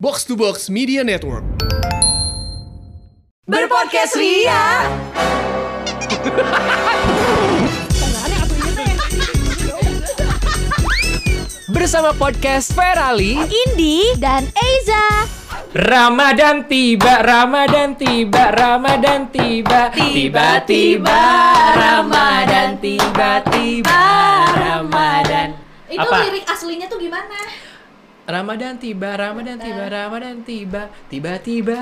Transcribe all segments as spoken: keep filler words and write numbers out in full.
Box to Box Media Network. Berpodcast Ria. Bersama podcast Ferali, Indi, dan Eiza. Ramadan tiba, Ramadan tiba, Ramadan tiba, tiba-tiba Ramadan tiba-tiba Ramadan. Itu Apa? lirik aslinya tuh gimana? Ramadan tiba, Ramadan tiba, Ramadan tiba, tiba-tiba.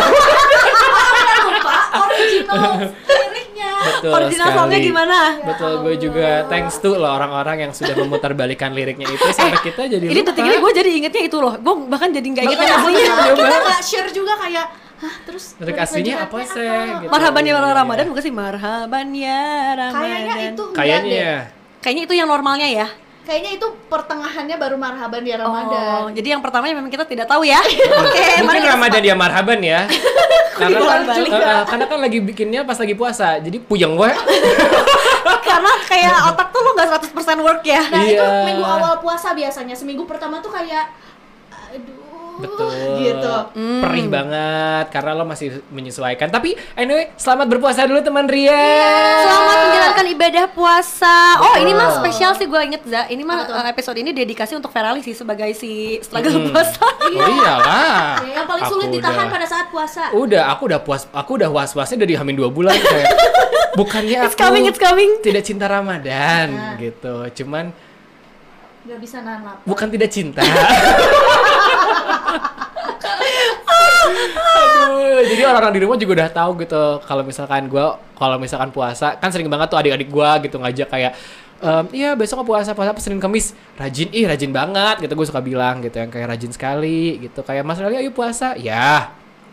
Lupa original liriknya. Betul Original sekali. songnya gimana? Betul, gue juga thanks to loh orang-orang yang sudah memutarbalikan liriknya itu sampai kita jadi Ini lupa. detik ini gue jadi ingetnya itu loh. Gue bahkan jadi nggak inget Kita aslinya. kita nggak share juga kayak, hah terus Lirik aslinya apa sih? Gitu. Marhaban ya Ramadan bukan sih? Marhaban ya Ramadan. Kayaknya itu enggak Kayaknya deh. ya. Kayaknya itu yang normalnya ya. Kayaknya itu pertengahannya baru marhaban di Oh, Ramadan. jadi yang pertamanya memang kita tidak tahu ya. Oke, Mungkin mari kita Ramadan dia marhaban ya. karena kan, bolak-balik eh, eh, karena kan lagi bikinnya pas lagi puasa. Jadi puyeng gue. karena kayak otak tuh lo nggak seratus persen work ya. Nah, Iya. itu minggu awal puasa biasanya. Seminggu pertama tuh kayak aduh Betul. gitu. Perih banget karena lo masih menyesuaikan. Tapi anyway, selamat berpuasa dulu teman Ria. Selamat menjalankan ibadah puasa. Oh, ini mah Betul. spesial sih gue inget Za. Ini mah Apa tuh? eh, episode ini dedikasi untuk Ferali sih sebagai si struggle puasa. Oh iyalah. Yang paling Aku sulit ditahan udah- pada saat puasa. Udah, aku udah puas, aku udah was-wasnya dari hamin dua bulan kayak. Bukannya It's aku coming, it's coming. tidak cinta Ramadan Nah. gitu. Cuman Gak bisa nahan lapar. bukan tidak cinta. Aduh, jadi orang-orang di rumah juga udah tahu gitu kalau misalkan gue kalau misalkan puasa kan sering banget tuh adik-adik gue gitu ngajak kayak ehm, iya besok mau puasa puasa Senin Kamis rajin ih rajin banget gitu gue suka bilang gitu yang kayak rajin sekali gitu kayak Mas Rali ayo puasa ya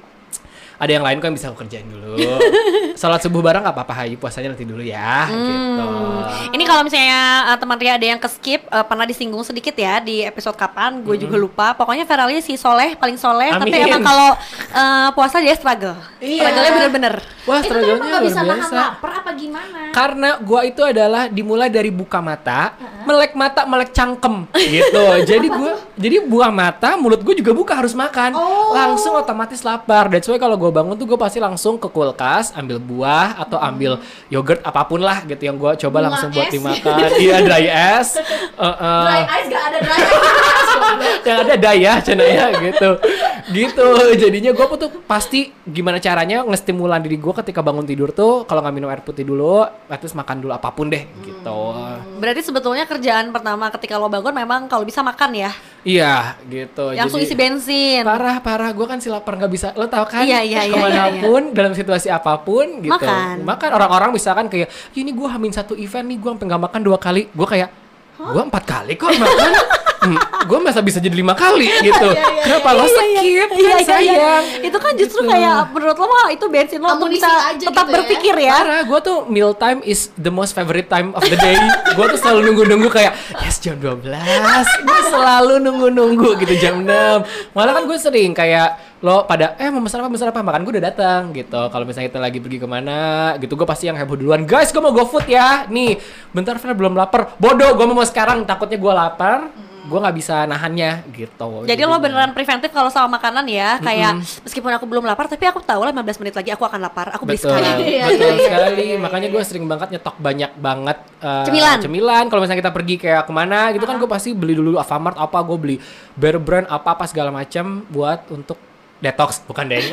ada yang lain kok yang bisa aku kerjain dulu sholat subuh bareng nggak apa-apa hayu puasanya nanti dulu ya gitu. Ini kalau misalnya uh, teman Ria ada yang ke-skip uh, pernah disinggung sedikit ya di episode kapan, gue juga lupa. Pokoknya Ferali si soleh paling soleh, tapi Amin. emang kalau uh, puasa dia struggle. Iya. Struggle-nya bener-bener. Wah Itu tuh emang struggle-nya gak luar bisa nahan biasa. lapar apa gimana? Karena gua itu adalah dimulai dari buka mata, melek mata, melek cangkem gitu. Jadi gua jadi buah mata, mulut gua juga buka harus makan. Oh. Langsung otomatis lapar. That's why kalau gua bangun tuh gua pasti langsung ke kulkas, ambil buah atau ambil yogurt apapun lah gitu yang gua coba Bunga langsung buat es. dimakan. Iya, dry es. Uh-uh. Dry ice gak ada dry ice. Yang ada daya cenaya gitu. Gitu. Jadinya gua tuh pasti gimana caranya ngestimulan diri gua ketika bangun tidur tuh kalau nggak minum air putih dulu, at least makan dulu apapun deh gitu. Berarti sebetulnya kerjaan pertama ketika lo bangun memang kalau bisa makan ya. Iya, gitu. Langsung Jadi, isi bensin. Parah, parah. Gue kan si lapar nggak bisa. Lo tau kan? Iya, iya, iya, Kemanapun, dalam situasi apapun gitu. Makan. Makan. Orang-orang misalkan kayak, ini gue hamin satu event nih, gue sampai nggak makan dua kali. Gue kayak, gue empat kali kok makan. hmm, gue masa bisa jadi lima kali gitu. Kenapa lo skip? Kan Iya, iya, iya. sayang. Itu kan justru Gitu. kayak menurut lo mah itu bensin lo untuk Amunisi bisa aja tetap gitu ya. berpikir ya. Parah, gue tuh meal time is the most favorite time of the day. Gue tuh selalu nunggu-nunggu kayak yes jam dua belas. Gue selalu nunggu-nunggu gitu jam enam. Malah kan gue sering kayak lo pada eh mau pesan apa pesan apa makan gue udah datang gitu. Kalau misalnya kita lagi pergi kemana gitu gue pasti yang heboh duluan. Guys, gue mau go food ya. Nih, bentar Fer belum lapar. Bodoh, gue mau sekarang takutnya gue lapar. Gue nggak bisa nahannya gitu. Jadi lo beneran preventif kalau sama makanan ya, kayak meskipun aku belum lapar tapi aku tahu lah lima belas menit lagi aku akan lapar, aku beli Betul, sekarang. Iya, betul iya, sekali. iya, iya, Makanya iya. gue sering banget nyetok banyak banget eh, Cemilan. Cemilan. Kalau misalnya kita pergi kayak kemana gitu kan gue pasti beli dulu Alfamart apa, gue beli Bear Brand apa apa segala macam buat untuk detox, bukan deh.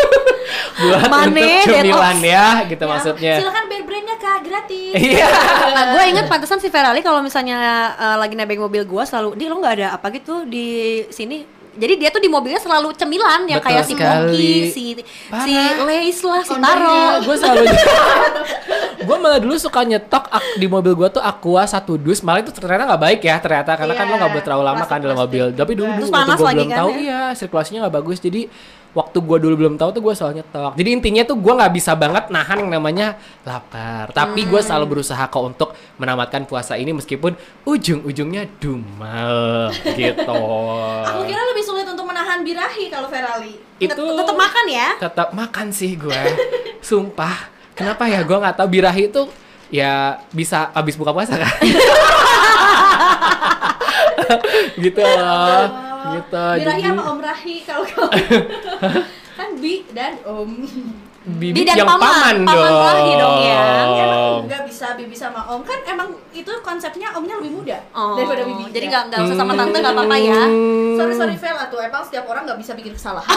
buat Mane, untuk cemilan detox. ya, gitu Ya, maksudnya. silakan bear brandnya kak gratis. Iya. Nah, gue inget pantesan si Ferali kalau misalnya uh, lagi nebeng mobil gue selalu, di lo nggak ada apa gitu di sini. Jadi dia tuh di mobilnya selalu cemilan yang Betul kayak si sekali. Pocky, si Parah. si Lays lah, si Oh, Taro. iya. Gue selalu gue malah dulu suka nyetok ak- di mobil gue tuh Aqua satu dus, malah itu ternyata nggak baik ya ternyata karena kan Iya, lo nggak boleh terlalu lama kan dalam plastik-plastik mobil. Tapi dulu juga. dulu Terus waktu panas gue lagi belum kan tahu ya? iya sirkulasinya nggak bagus. Jadi waktu gue dulu belum tahu tuh gue selalu nyetok. Jadi intinya tuh gue nggak bisa banget nahan yang namanya lapar. Tapi gue selalu berusaha kok untuk menamatkan puasa ini meskipun ujung-ujungnya dumal gitu. Aku kira lebih sulit untuk menahan birahi kalau Ferali. Itu Tetap makan ya. tetap makan sih gue. Sumpah. Kenapa ya gue nggak tahu birahi itu ya bisa abis buka puasa kan? Gitu loh. Gitu, Birahi jadi- sama Om Rahi kalau kamu kan Bi dan Om. Bibi Bi dan yang paman, paman, paman dong. Rahi dong ya. Emang nggak bisa Bibi sama Om kan emang itu konsepnya Omnya lebih muda Oh, daripada Bibi. jadi nggak nggak usah sama tante nggak apa-apa ya. Hmm, Sorry sorry fail atau emang setiap orang nggak bisa bikin kesalahan.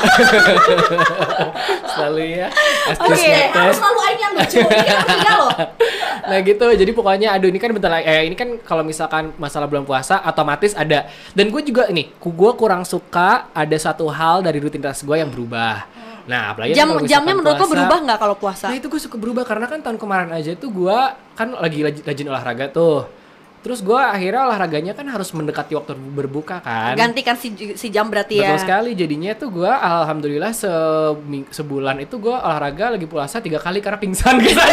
Selalu ya. Oke, Estes harus selalu aing yang lucu. Ini kan tiga loh. Nah gitu, jadi pokoknya aduh ini kan bentar lagi, eh ini kan kalau misalkan masalah bulan puasa otomatis ada. Dan gue juga nih, gue kurang suka ada satu hal dari rutinitas gue yang berubah. Nah apalagi Jam kalau misalkan jamnya menurut lo puasa- berubah nggak kalau puasa? Nah itu gue suka berubah karena kan tahun kemarin aja tuh gue kan lagi laj- rajin olahraga tuh. Terus gue akhirnya olahraganya kan harus mendekati waktu berbuka kan. Gantikan si si jam berarti ya. Betul sekali, jadinya tuh gue alhamdulillah se- sebulan itu gue olahraga lagi puasa tiga kali karena pingsan gitu.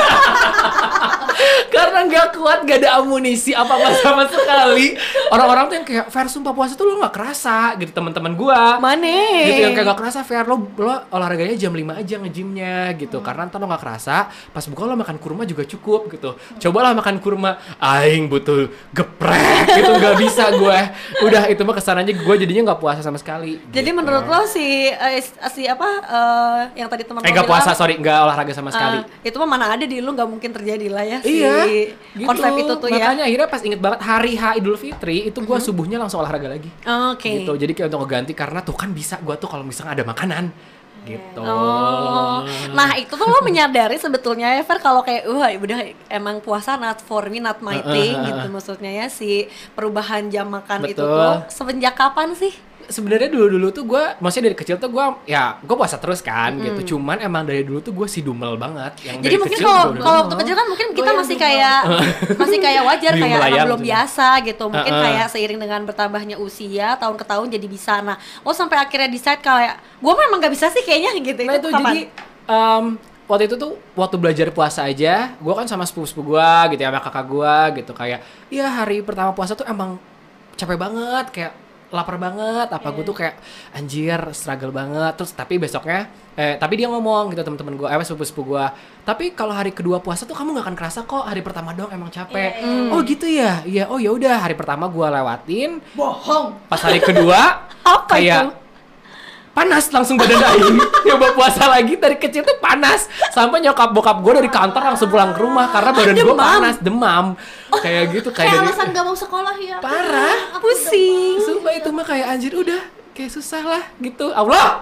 Karena nggak kuat, gak ada amunisi apa-apa sama sekali. Orang-orang tuh yang kayak, Fer sumpah puasa tuh lo nggak kerasa gitu, teman-teman gue. Mana? Gitu yang kayak gak kerasa, Fer lo, lo olahraganya jam lima aja nge-gymnya gitu. Hmm. Karena ntar lo gak kerasa, pas buka lo makan kurma juga cukup gitu. Cobalah makan kurma, aing butuh geprek gitu, gak bisa gue. Udah itu mah kesananya gue jadinya gak puasa sama sekali. Jadi gitu. menurut lo si eh, si apa eh, yang tadi teman Eh lo gak puasa, bilang, sorry, gak olahraga sama sekali. eh, itu mah mana ada di lu nggak mungkin terjadi lah ya si Iya, gitu. konsep itu tuh ya. Makanya akhirnya pas inget banget hari H Idul Fitri itu gue Mhm. subuhnya langsung olahraga lagi. Oke. Gitu. Jadi kayak untuk ngeganti karena tuh kan bisa gue tuh kalau misalnya ada makanan gitu. Oh, nah itu tuh lo menyadari sebetulnya ya Fer kalau kayak wah udah emang puasa not for me not my Uh, uh, thing uh, uh. gitu maksudnya ya si perubahan jam makan itu Betul. tuh semenjak kapan sih? Sebenarnya dulu-dulu tuh gue, maksudnya dari kecil tuh gue, ya gue puasa terus kan Mm. gitu. Cuman emang dari dulu tuh gue si dumel banget. Yang Jadi dari mungkin kecil kalau gua udah kalau dumel. waktu kecil kan mungkin kita Goyang masih dumel. kayak masih kayak wajar Biung kayak melayang emang belum gitu. biasa gitu. Mungkin Uh-uh. kayak seiring dengan bertambahnya usia tahun ke tahun jadi bisa. Nah, lo sampai akhirnya decide kayak gue memang gak bisa sih kayaknya gitu. Nah itu kapan? jadi em, waktu itu tuh waktu belajar puasa aja, gue kan sama sepupu-sepupu gue gitu ya, sama kakak gue gitu kayak, ya hari pertama puasa tuh emang capek banget, kayak lapar banget, apa gue tuh kayak anjir struggle banget, terus tapi besoknya, eh tapi dia ngomong gitu teman-teman gue, eh sepupu-sepupu gue, tapi kalau hari kedua puasa tuh kamu nggak akan kerasa kok, hari pertama doang emang capek. Iya, iya, Oh gitu ya, iya oh ya udah hari pertama gue lewatin, Bohong. pas hari kedua Apa kayak itu? panas langsung badan aing. Nyoba puasa lagi dari kecil tuh panas. Sampai nyokap bokap gue dari kantor langsung pulang ke rumah karena badan gue Demam. panas, demam. Kayak gitu kayak Kayak dari alasan gak mau sekolah ya. Parah. Aku Pusing. sumpah itu mah kayak anjir udah kayak susah lah gitu. Allah.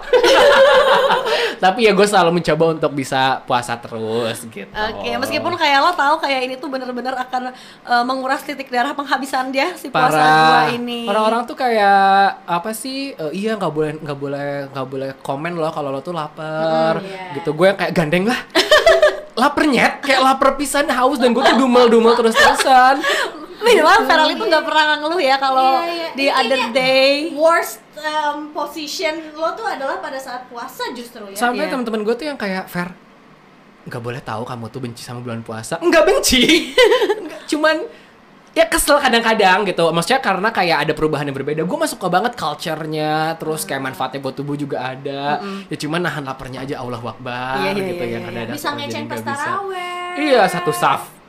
Tapi ya gue selalu mencoba untuk bisa puasa terus gitu. Oke, meskipun kayak lo tahu kayak ini tuh bener-bener akan uh, menguras titik darah penghabisan dia si puasa parah. gua ini. Orang-orang tuh kayak apa sih? eh, iya nggak boleh nggak boleh nggak boleh komen loh kalau lo tuh lapar. Mm, iya. Gitu. Gue yang kayak gandeng lah. Laper nyet, kayak lapar pisan haus dan gue tuh dumel-dumel terus-terusan. Minimal Ferali tuh nggak pernah ngeluh ya kalau Iya, iya. di Ini other kayaknya day. worst um, position lo tuh adalah pada saat puasa justru ya. Sampai Iya. teman-teman gue tuh yang kayak Fer, nggak boleh tahu kamu tuh benci sama bulan puasa. Nggak benci, Nggak, cuman ya kesel kadang-kadang gitu. Maksudnya karena kayak ada perubahan yang berbeda. Gue masuk ke banget culture-nya, terus kayak manfaatnya buat tubuh juga ada. Ya cuman nahan laparnya aja Allah Akbar Iya, iya, gitu iya, yang iya. ada. Bisa ngeceng pas taraweh. Iya satu saf.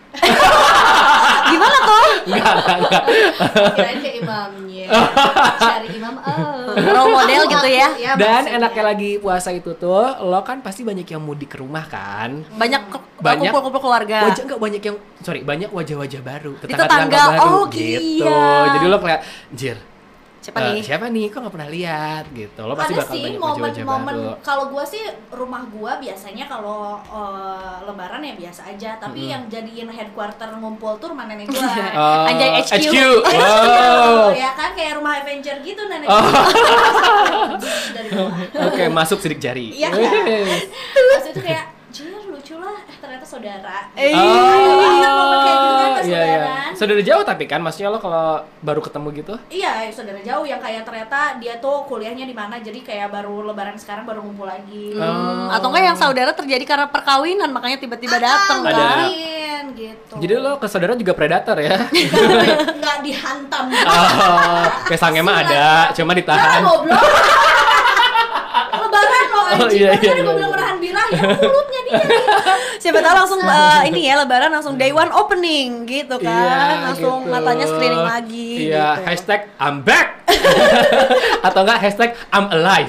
Gimana tuh? Enggak, enggak, enggak. Kirain ke imamnya. Cari imam. Oh. Role model gitu ya. Iya, Dan maksudnya. enaknya lagi puasa itu tuh, lo kan pasti banyak yang mudik ke rumah kan. Banyak ke- Banyak kumpul-kumpul keluarga. Wajah enggak banyak yang sorry banyak wajah-wajah baru tetangga. tetangga-tetangga baru Oh, gitu. iya. Jadi lo kayak jir. Siapa eh, nih? Siapa nih? Kok nggak pernah lihat gitu. Lo pasti Ada bakal sih banyak wajah-wajah momen-momen baru. kalau gua sih rumah gua biasanya kalau eh, lebaran ya biasa aja, tapi Mm-mm. yang jadiin headquarter ngumpul tuh rumah nenek gua. Oh, Anjay, H Q. Wow. Ya kan kayak rumah Avenger gitu nenek Oh. gua. Dari bawah. Oke, masuk sidik jari. Iya kan? Wih. Terus itu kayak jir lucu lah, eh ternyata saudara. Eh. Ada banget momen kayak gitu kan pas iya, iya. lebaran. Saudara jauh tapi kan, maksudnya lo kalau baru ketemu gitu? Iya, saudara jauh yang kayak ternyata dia tuh kuliahnya di mana, jadi kayak baru lebaran sekarang baru ngumpul lagi. Oh. Atau enggak yang saudara terjadi karena perkawinan makanya tiba-tiba datang Ada. kan? Mungkin gitu. Jadi lo ke saudara juga predator ya? Nggak- nggak dihantam. Oh, kayak sange mah ada, cuma Jangan ditahan. goblok. Lebaran lo Oh, anjing. iya, Kan iya, tadi gua iya, bilang iya. menahan birah, ya mulutnya dia. Siapa tahu langsung eh, ini ya lebaran langsung day one opening gitu kan. Iya, langsung gitu. matanya screening lagi Iya, gitu. hashtag I'm back. Atau enggak hashtag I'm alive.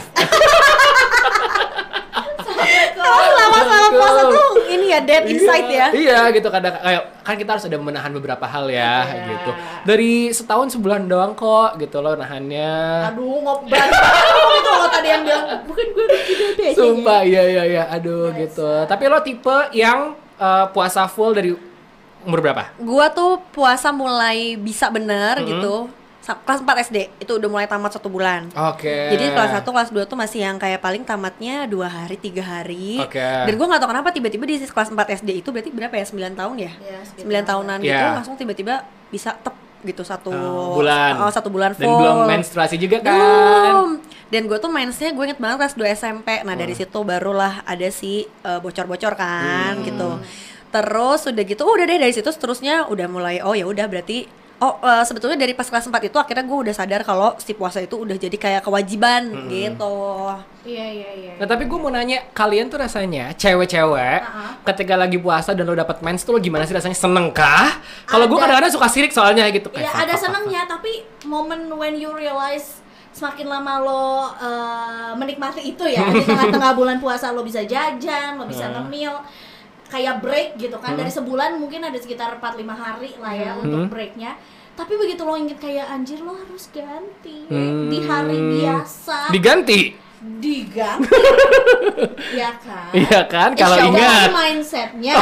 Oh, selama-selama puasa tuh ini ya dead inside ya. Iya gitu, kadang kayak kan kita harus ada menahan beberapa hal ya Iya. gitu. Dari setahun sebulan doang kok gitu loh nahannya. Aduh, ngop berani banget itu lo tadi yang bilang bukan gue begini deh. Sumpah, iya iya iya, aduh gitu. Tapi lo tipe yang uh, puasa full dari umur berapa? Gua tuh puasa mulai bisa bener Mm-hmm. gitu sa- kelas empat S D itu udah mulai tamat satu bulan. Oke. Jadi kelas satu, kelas dua tuh masih yang kayak paling tamatnya dua hari, tiga hari. Oke. Dan gue gak tau kenapa tiba-tiba di kelas empat S D itu berarti berapa ya? sembilan tahun ya? Iya, sembilan tahunan gitu Iya. langsung tiba-tiba bisa tep gitu satu Oh, bulan. oh, satu bulan full. Dan belum menstruasi juga kan? Belum. Dan gue tuh mainnya gue inget banget kelas dua S M P. Nah dari situ barulah ada si uh, bocor-bocor kan Hmm. gitu. Terus udah gitu, udah deh dari situ seterusnya udah mulai oh ya udah berarti oh uh, sebetulnya dari pas kelas empat itu akhirnya gue udah sadar kalau si puasa itu udah jadi kayak kewajiban gitu. Iya iya iya. Nah tapi gue mau nanya, kalian tuh rasanya cewek-cewek Uh-huh. ketika lagi puasa dan lo dapet mens tuh lo gimana sih rasanya, seneng kah? Kalau gue Ada. kadang-kadang suka sirik soalnya gitu. Iya Kayak, ada fuck, fuck, fuck, senangnya, tapi momen when you realize semakin lama lo uh, menikmati itu ya, di tengah-tengah bulan puasa lo bisa jajan, lo bisa ngemil, kayak break gitu kan, dari sebulan mungkin ada sekitar empat lima hari lah ya untuk breaknya. Tapi begitu lo inget kayak anjir lo harus ganti Hmm. di hari biasa, diganti. diganti, ya kan? Iya kan, kalau Insya Allah ingat. mindsetnya.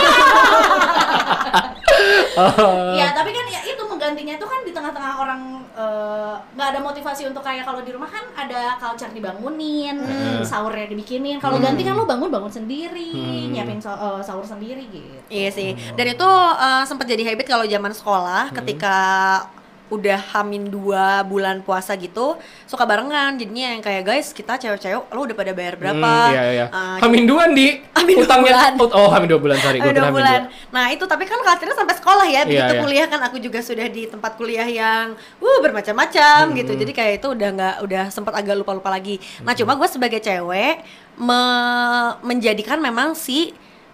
Ya tapi kan ya itu menggantinya itu kan di tengah-tengah orang eh, nggak ada motivasi untuk kayak kalau di rumah kan ada culture dibangunin, sahurnya dibikinin. Kalau ganti kan lo bangun-bangun sendiri, nyiapin sa- eh, sahur sendiri gitu. Iya sih. Dan itu uh, sempat jadi habit kalau zaman sekolah ketika udah hamin dua bulan puasa gitu suka barengan jadinya yang kayak guys kita cewek-cewek lo udah pada bayar berapa. Hmm, iya iya. Uh, Hamin duan di Hamin dua utangnya. bulan. Oh, hamin dua bulan sorry, gue Ada kira dua hamin bulan. dua. Nah itu tapi kan culture-nya sampai sekolah ya. Begitu iya. kuliah kan aku juga sudah di tempat kuliah yang uh bermacam-macam gitu. Jadi kayak itu udah nggak udah sempat agak lupa-lupa lagi. Nah cuma gue sebagai cewek me- menjadikan memang si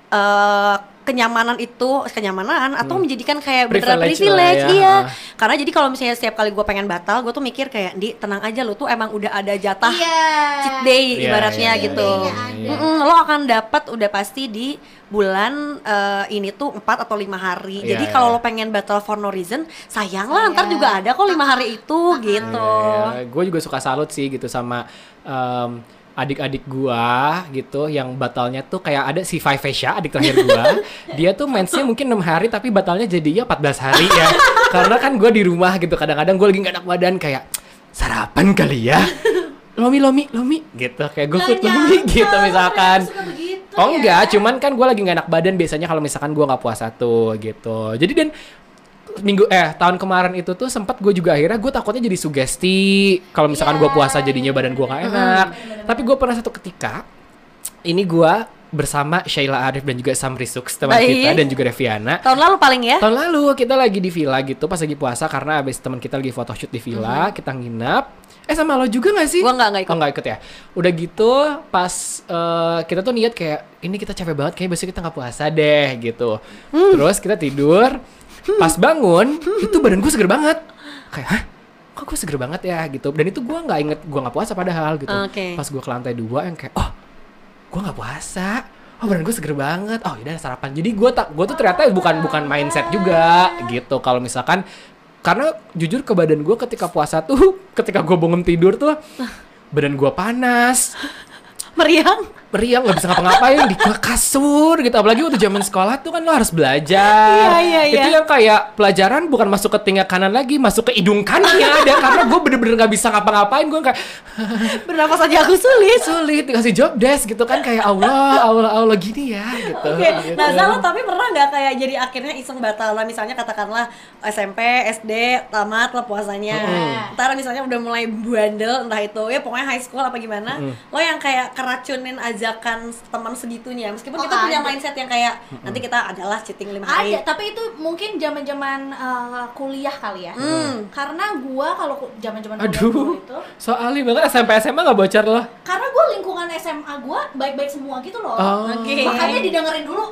uh, kenyamanan itu kenyamanan atau menjadikan kayak beneran Privilege privilege, lah ya. iya. Ah. Karena jadi kalau misalnya setiap kali gue pengen batal, gue tuh mikir kayak di tenang aja lo tuh emang udah ada jatah Iya. cheat day Iya, ibaratnya iya, gitu. iya, iya. Mm-mm, lo akan dapat udah pasti di bulan eh, ini tuh empat atau lima hari. Iya, Jadi iya. kalau lo pengen batal for no reason, sayang lah ntar juga ada kok lima hari itu gitu. Gue juga suka salut sih gitu sama em, adik-adik gua gitu yang batalnya tuh kayak ada si Faisha, adik terakhir gua. Dia tuh mensnya mungkin enam hari tapi batalnya jadinya empat belas hari ya. Karena kan gua di rumah gitu, kadang-kadang gua lagi gak enak badan kayak sarapan kali ya. Lomi lomi lomi gitu kayak gue Nggak food lomi nyangka, gitu misalkan. ternyata suka begitu Oh ya. enggak, cuman kan gue lagi gak enak badan biasanya kalau misalkan gue nggak puasa tuh gitu. Jadi dan minggu eh tahun kemarin itu tuh sempat gue juga akhirnya gue takutnya jadi sugesti kalau misalkan gue puasa jadinya badan gue gak enak. Tapi gue pernah satu ketika ini gue bersama Sheila Arif dan juga Samri Suks teman Baik. kita dan juga Reviana. Tahun lalu paling ya. Tahun lalu kita lagi di villa gitu pas lagi puasa karena abis teman kita lagi photoshoot di villa, kita nginap. Eh sama lo juga gak sih? Gua nggak, nggak ikut. Oh nggak ikut ya. Udah gitu pas eh, kita tuh niat kayak ini kita capek banget kayak besok kita nggak puasa deh gitu. Terus kita tidur. Pas bangun itu badan gue seger banget. Kayak hah? Kok gue seger banget ya gitu. Dan itu gue nggak inget gue nggak puasa padahal gitu. Oke. Pas gue ke lantai dua yang kayak oh gue nggak puasa. Oh badan gue seger banget. Oh yaudah sarapan. Jadi gue tak gue tuh ternyata bukan bukan mindset juga gitu. Kalau misalkan karena jujur ke badan gue ketika puasa tuh ketika gue bangun tidur tuh badan gue panas, Meriang. meriang, nggak bisa ngapa-ngapain di kasur gitu. Apalagi waktu zaman sekolah tuh kan lo harus belajar. Iya, iya, iya. Itu yang kayak pelajaran bukan masuk ke telinga kanan lagi, masuk ke hidung kanannya ada. Karena gue bener-bener nggak bisa ngapa-ngapain. Gue kayak Bernafas aja aku sulit. sulit dikasih job desk gitu kan kayak Allah, Allah, Allah gini ya gitu. Oke, Gitu. nah Zalo tapi pernah nggak kayak jadi akhirnya iseng batal lah, misalnya katakanlah S M P, S D, tamat lah puasanya. Ntar misalnya udah mulai bandel, entah itu ya pokoknya high school apa gimana, lo yang kayak keracunin ajakan teman segitunya, meskipun Oh, kita punya ada. mindset yang kayak nanti kita adalah cheating lima hari. Ada, tapi itu mungkin zaman-zaman uh, kuliah kali ya. Hmm. Karena gua kalau ku- zaman-zaman kuliah Aduh, gua itu, soalnya banget S M P S M A nggak bocor loh. karena gua lingkungan S M A gua baik-baik semua gitu loh. Oh. Oke. Makanya didengerin dulu.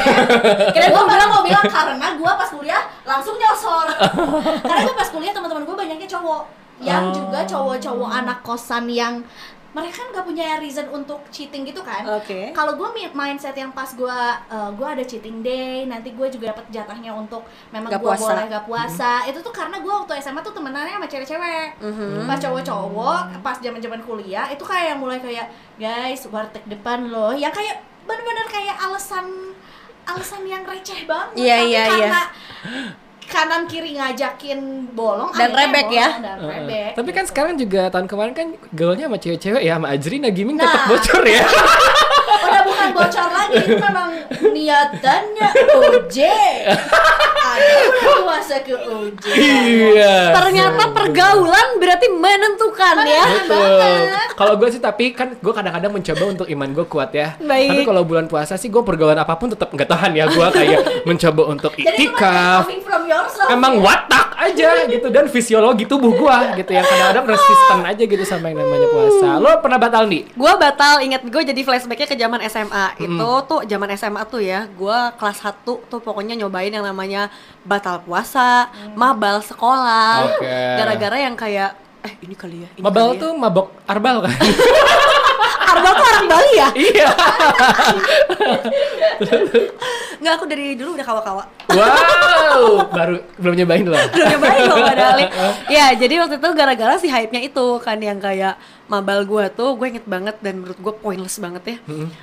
Kira gua malah mau bilang karena gua pas kuliah langsung nyosor. Karena gua pas kuliah teman-teman gua banyaknya cowok. yang Oh. juga cowok-cowok anak kosan yang mereka kan nggak punya reason untuk cheating gitu kan. Oke. Kalau gue mindset yang pas gue uh, gue ada cheating day, nanti gue juga dapat jatahnya untuk memang Gak gue puasa. boleh gak puasa. Itu tuh karena gue waktu S M A tuh temenannya sama cewek-cewek. Mhm. Pas cowok-cowok, pas zaman-zaman kuliah itu kayak mulai kayak guys warteg depan loh, yang kayak bener-bener kayak alasan alasan yang receh banget. Iya, tapi iya, karena kanan kiri ngajakin bolong Dan akhirnya rebek ya. bolong dan Heeh. rebek, Tapi kan gitu. sekarang juga tahun kemarin kan gaulnya sama cewek-cewek ya, sama Ajrina Gaming Nah. tetap bocor ya. udah bukan bocor lagi, itu memang niatannya O J. Ada puasa ke O J. Iya. Ternyata pergaulan berarti menentukan ya. Betul. Kalau gue sih tapi kan gue kadang-kadang mencoba untuk iman gue kuat ya. Baik. Tapi kalau bulan puasa sih gue pergaulan apapun tetap nggak tahan ya. Gue kayak mencoba untuk Jadi itu iktikaf. coming from yourself. Emang ya? watak aja gitu dan fisiologi tubuh gue gitu yang kadang-kadang resisten aja gitu sama yang namanya puasa. Lo pernah batal nih? Gue batal, inget gue jadi flashbacknya ke zaman S M A. Itu tuh zaman S M A tuh ya, gue kelas satu tuh pokoknya nyobain yang namanya batal puasa, mabal sekolah. Oke. Gara-gara yang kayak eh ini kali ya. Ini Mabal kali ya. tuh mabok arbal kan? Arbal tuh orang Bali ya? Iya. Enggak, aku dari dulu udah kawa-kawa. Wow, baru belum nyobain loh. Udah nyobain loh padahal. Ya, jadi waktu itu gara-gara si hype-nya itu kan yang kayak mabal gua tuh, gue inget banget dan menurut gue pointless banget ya.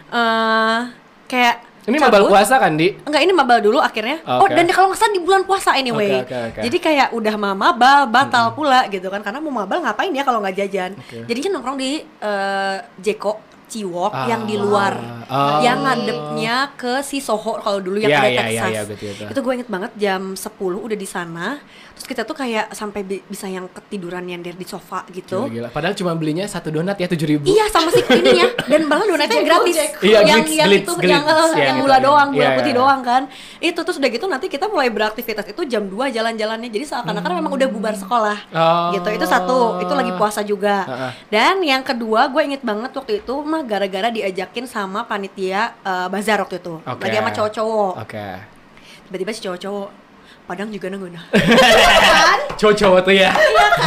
Eh kayak Ini cabut. mabal puasa kan, Di? Enggak, ini mabal dulu akhirnya. Oh, Oke. dan kalau nggak salah di bulan puasa anyway. Oke, oke, oke. Jadi kayak udah mah mabal, batal pula gitu kan. Karena mau mabal ngapain ya kalau nggak jajan. Oke. Jadinya nongkrong di eh, Jeko Ciwok Ah. yang di luar. Oh. Yang ngadepnya ke si Soho kalau dulu yang Iya, ada iya, Texas. iya, iya, betul, betul. Itu gue inget banget jam sepuluh udah di sana. Terus kita tuh kayak sampai bi- bisa yang ketiduran nyender di sofa gitu. Gila, gila. Padahal cuma belinya satu donat ya tujuh ribu. Iya, sama si ininya dan malah donatnya Jeko, gratis. Jeko. Iya, yang glitz, yang glitz, itu glitz. yang eh, Iya, yang gitu, gula iya. doang, gula Iya, putih iya. doang kan. Itu terus udah gitu nanti kita mulai beraktivitas itu jam dua jalan-jalannya. Jadi seakan-akan memang udah bubar sekolah. Oh. Gitu. Itu satu, itu lagi puasa juga. Heeh. Dan yang kedua gue inget banget waktu itu mah gara-gara diajakin sama panitia eh, bazar waktu itu. Oke. Lagi sama cowok-cowok. Oke. Tiba-tiba si cowok-cowok Padang juga nunggu nah. kan? Cowok-cowok tuh ya.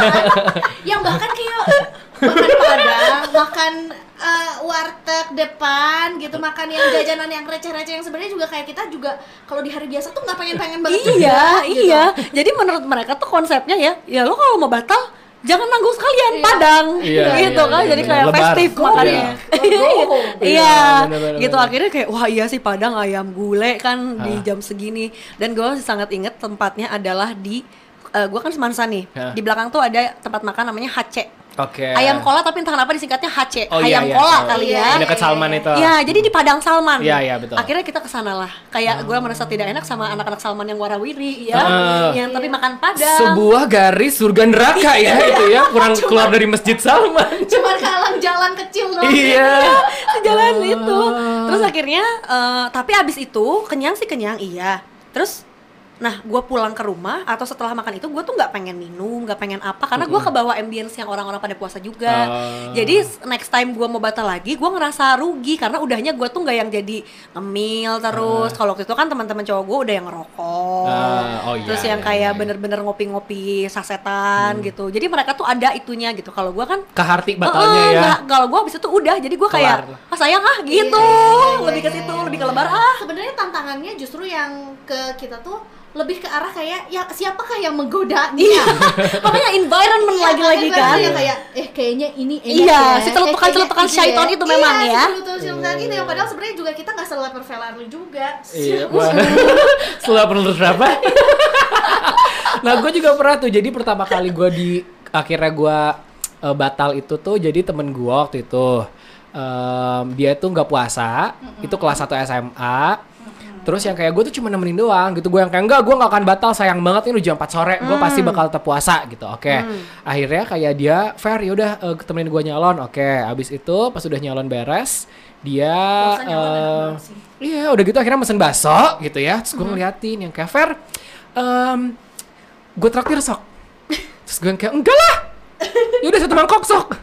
Yang bahkan kayak makan padang, makan eh, warteg depan gitu, makan yang jajanan yang receh-receh yang sebenarnya juga kayak kita juga kalau di hari biasa tuh nggak pengen-pengen banget juga, Iya, gitu. iya. Jadi menurut mereka tuh konsepnya ya, ya lo kalau mau batal jangan nanggung sekalian Iya. Padang, Iya, gitu iya, kan. iya, Jadi bener. kayak Lebar. festif Go, makannya. Go. Iya, Iya, bener-bener, gitu bener. akhirnya kayak wah iya sih Padang ayam gulai kan di Ah. jam segini. Dan gue masih sangat inget tempatnya adalah di, eh, gue kan Semansa nih. Ah. Di belakang tuh ada tempat makan namanya H C. Oke. Ayam kola tapi entah kenapa disingkatnya H C. Oh, iya, ayam iya, kola tahu. kali Iya, ya. Yang dekat Salman itu. Iya, jadi di Padang Salman. Iya, iya, betul. Akhirnya kita kesana lah. Kayak gue merasa tidak enak sama anak-anak Salman yang warawiri ya, Ah. yang tapi makan Padang. Sebuah garis surga neraka ya itu ya, kurang keluar dari Masjid Salman. Cuman kalang jalan kecil doang. Iya. Sejalan itu. Terus akhirnya, eh, tapi abis itu kenyang sih kenyang iya. Terus, nah gue pulang ke rumah atau setelah makan itu gue tuh nggak pengen minum, nggak pengen apa karena gue kebawa ambience yang orang-orang pada puasa juga. Oh. Jadi next time gue mau batal lagi, gue ngerasa rugi karena udahnya gue tuh nggak yang jadi ngemil terus. Kalau waktu itu kan teman-teman cowok gue udah yang ngerokok, Ah, oh iya, terus yang iya, kayak iya. bener-bener ngopi-ngopi sasetan gitu. Jadi mereka tuh ada itunya gitu. Kalau gue kan Keharti Eh, batalnya ya. nggak, kalau gue abis itu udah, jadi gue kayak Kelar. ah sayang ah gitu, Iya, iya, lebih ke iya, situ, iya, lebih ke iya. lebar ah. Sebenarnya tantangannya justru yang ke kita tuh lebih ke arah kayak ya siapakah yang menggoda Iya, makanya environment lagi-lagi kan. yang kayak eh kayaknya ini enak Iya, ya. si Eh, celutukan-celutukan kayaknya syaiton ini itu memang iya, ya. si celutukan-celutukan itu yang padahal sebenarnya juga kita nggak selevel Velari juga. Iya, wah. Setelah perlu berapa? Nah, gue juga pernah tuh. Jadi pertama kali gue di akhirnya gue eh, batal itu tuh. Jadi temen gue waktu itu em, dia tuh nggak puasa. Itu kelas satu S M A. Terus yang kayak gue tuh cuma nemenin doang gitu. Gue yang kayak enggak, gue nggak akan batal. Sayang banget ini udah jam empat sore. Gue pasti bakal tetap puasa gitu. Oke. Akhirnya kayak dia fair yaudah uh, temenin gue nyalon. Oke. Abis itu pas udah nyalon beres, dia Puasa nyalon enak eh, banget sih. iya udah gitu akhirnya mesen bakso gitu ya. Terus gue ngeliatin yang kayak fair. Um, gue traktir sok. Terus gue yang kayak enggak lah. Yaudah satu mangkok sok.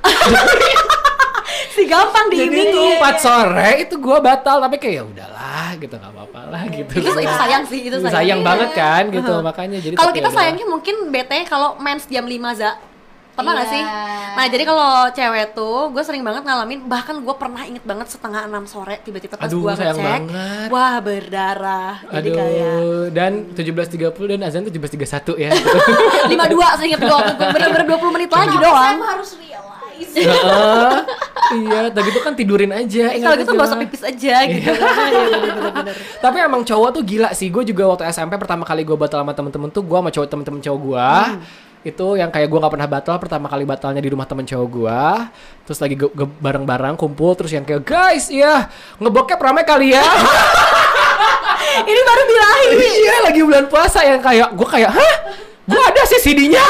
Si gampang Jadi diiming. itu empat sore itu gue batal tapi kayak ya udahlah gitu nggak apa-apa lah gitu. Itu itu sayang sih, itu sayang. Sayang banget kan gitu makanya jadi Kalau tuh kita kayak sayangnya mungkin bete kalau mens jam lima za. Pernah nggak Iya. sih? Nah jadi kalau cewek tuh gue sering banget ngalamin, bahkan gue pernah inget banget setengah enam sore tiba-tiba pas Aduh, gue sayang ngecek, banget. wah berdarah. Jadi Aduh, kayak dan tujuh belas tiga puluh dan azan tujuh belas tiga puluh satu ya. lima puluh dua seinget gue waktu gue bener-bener dua puluh menit lagi Kenapa doang. saya harus realize? Heeh. Iya, tadi itu kan tidurin aja. Eh, ingat kalau gitu aja. gak usah pipis aja gitu. Iya, bener-bener. Tapi emang cowok tuh gila sih. Gue juga waktu S M P pertama kali gue batal sama temen-temen tuh gue sama cowok temen-temen cowok gue. Hmm. Itu yang kayak gue nggak pernah batal, pertama kali batalnya di rumah temen cowok gue. Terus lagi ge- ge- bareng-bareng kumpul, terus yang kayak guys ya ngebokep rame kali ya. Ini baru birahi. Iya lagi bulan puasa yang kayak gue kayak hah gue ada sih C D-nya.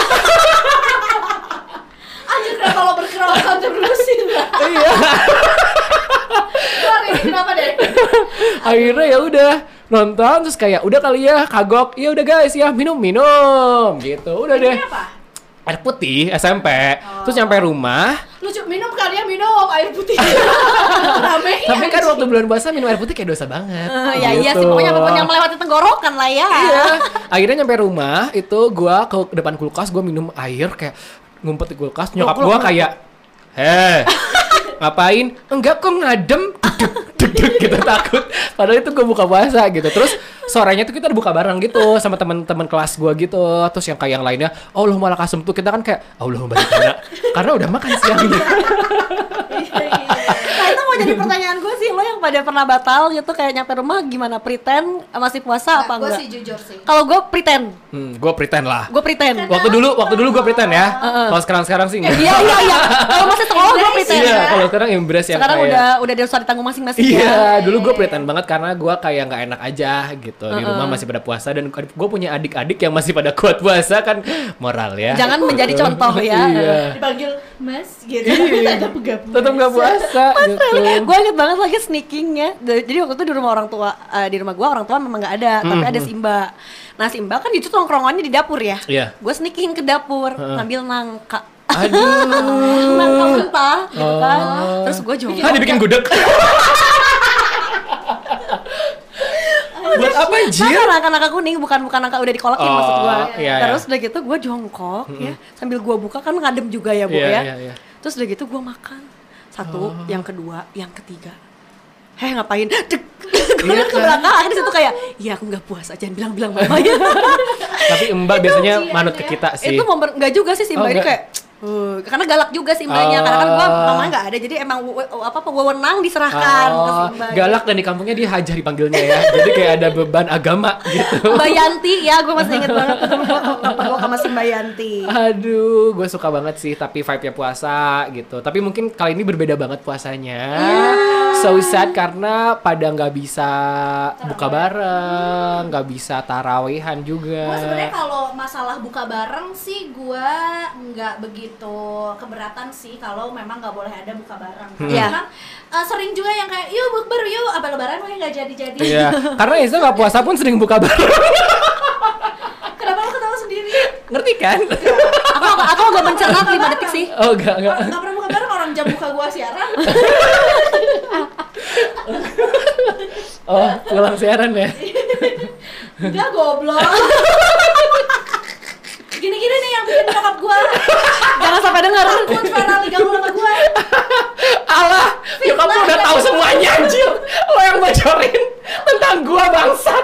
Anjir, kenapa lo berkerokan terusin lah? Iya. Sorry, kenapa deh? Akhirnya ya udah nonton terus kayak udah kali ya kagok ya udah guys ya minum minum gitu udah deh. Ini apa? Air putih S M P. Terus nyampe rumah. Lucu, minum kalian minum air putih. Rame ya. Tapi kan waktu bulan puasa minum air putih kayak dosa banget. Eh, ya iya Gitu. sih, pokoknya apapun yang melewati tenggorokan lah ya. Iya. Akhirnya nyampe rumah itu gua ke depan kulkas gua minum air kayak ngumpet di kulkas. Nyokap Loh, gua loh, kayak heh ngapain? Enggak kok ngadem deg deg gitu takut. Padahal itu gue buka puasa gitu. Terus sorenya tuh kita buka bareng gitu sama teman-teman kelas gue gitu. Terus yang kayak yang lainnya, oh Allah malah kasem tuh kita kan kayak Allah barik karena karena udah makan siangnya. Nah itu mau jadi pertanyaan gue sih, lo yang pada pernah batal gitu kayak nyampe rumah gimana, pretend masih puasa apa Gue enggak? sih jujur sih. Kalau gue pretend, Hmm, gue pretend lah. gue pretend. Waktu dulu, waktu dulu gue pretend ya. Kalau sekarang-sekarang sih enggak. Iya iya iya. Kalau masih sekolah gue pretend. Iya, kalau sekarang embrace yang Sekarang kayak udah udah dosa ditanggung masing-masing ya. iya, dulu gue pretend banget karena gue kayak nggak enak aja gitu di rumah masih pada puasa dan gue punya adik-adik yang masih pada kuat puasa kan moral ya. Jangan menjadi contoh ya. Iya. Dipanggil Mas gitu. Tapi tetap gak puasa. Tetap nggak puasa gitu. Gue inget banget lagi sneakingnya. Jadi waktu itu di rumah orang tua, eh, di rumah gue orang tua memang nggak ada, tapi ada Simba. Nah Simba kan itu nongkrongannya di dapur ya. Iya. Gue sneaking ke dapur, ngambil nangka. Aduh. Nangka mentah gitu kan. Oh. Terus gue jongkok. Kan dibikin gudeg. Buat apa anjir? Nangka, nangka, nangka kuning, bukan bukan nangka udah dikolekin Oh, maksud gue. iya, Terus iya. udah gitu gue jongkok ya, sambil gue buka kan ngadem juga ya bu Iya, ya. iya, iya. Terus udah gitu gue makan satu, yang kedua, yang ketiga. Heh ngapain? Dek. Gue Iya ke kan? belakang akhirnya situ kayak, ya aku nggak puasa, jangan bilang-bilang mama ya. Tapi Mbak biasanya ujian manut ke ya. kita sih. Itu momen nggak juga sih si Oh, Mbak ini nggak. kayak Uh, karena galak juga sih mbaknya, Oh. karena kan gua mama nggak ada, jadi emang we- we- apa wewenang diserahkan ke si Oh, mbak. galak dan di kampungnya dia hajar dipanggilnya ya. Jadi kayak ada beban agama gitu. Mbak Yanti ya, gue masih inget banget ketemu gua gua sama si Mbak Yanti. Aduh, gue suka banget sih tapi vibe-nya puasa gitu. Tapi mungkin kali ini berbeda banget puasanya. So sad karena pada nggak bisa buka bareng, nggak bisa tarawehan juga. Gue sebenarnya kalau masalah buka bareng sih gue nggak begitu keberatan sih kalau memang nggak boleh ada buka bareng. Hmm. Karena Iya. memang uh, sering juga yang kayak yuk bukber yuk, apa lebaran mungkin nggak jadi-jadi. Iya, karena Isa nggak puasa pun sering buka bareng. Kenapa lo ketawa sendiri? Ngerti kan? Aku aku agak mencerna lima detik sih. Oh, enggak, enggak. Nggak pernah buka bareng, orang jam buka gue siaran. Oh, pulang siaran ya. Enggak goblok. Gini-gini nih yang bikin nyokap gue. Jangan sampai denger. Takut Farah diganggu sama gue. Alah, nyokap lu udah tahu semuanya anjir. Lo yang bocorin tentang gua bangsat.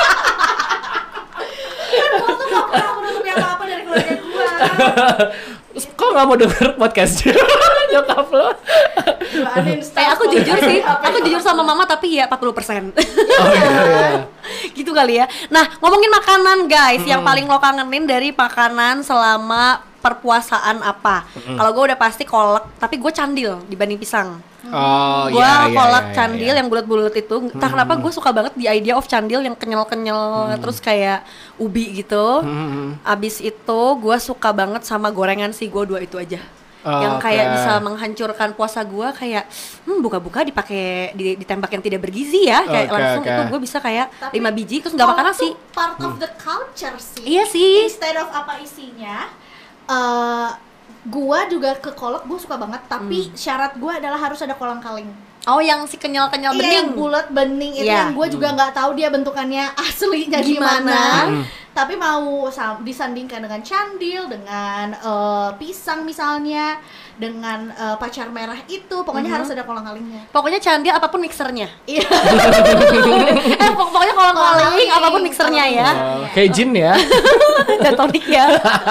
Kan gue tuh gak pernah menutupi apa-apa dari keluarga gue. Terus kok nggak mau denger podcastnya nyokap lo? Eh aku jujur sih, aku jujur sama mama tapi ya empat puluh persen. Oh iya, iya. Gitu kali ya. Nah, ngomongin makanan guys, yang paling lo kangenin dari makanan selama perpuasaan apa? Kalau gue udah pasti kolak, tapi gue candil dibanding pisang. Oh Gue iya, iya, kolak iya, candil iya. yang bulat-bulat itu. Entah kenapa gue suka banget di idea of candil yang kenyal-kenyal terus kayak ubi gitu. Hmm. Abis itu gue suka banget sama gorengan sih, gue dua itu aja. Oh, yang kayak oke. bisa menghancurkan puasa gue, kayak hmm, buka-buka dipakai di, ditembak yang tidak bergizi ya, kayak Oke, langsung oke. itu gue bisa kayak Tapi lima biji terus nggak makan nasi. itu part of the culture sih. Iya sih. Instead of apa isinya, eh gua juga ke kolak gua suka banget, tapi syarat gua adalah harus ada kolang kaling. Oh yang si kenyal-kenyal Iya, bening. yang bulat bening itu Iya. yang gua juga nggak tahu dia bentukannya aslinya Gimana? gimana. Hmm. tapi mau sam- disandingkan dengan candil, dengan uh, pisang misalnya, dengan uh, pacar merah itu, pokoknya Mhm. harus ada kolang-kalingnya. Pokoknya candil apapun mixernya. Iya. eh pok- pokoknya kolang-kaling Kolang-kaling, apapun mixernya ya. Oh, kayak jin ya. Dan tonik ya.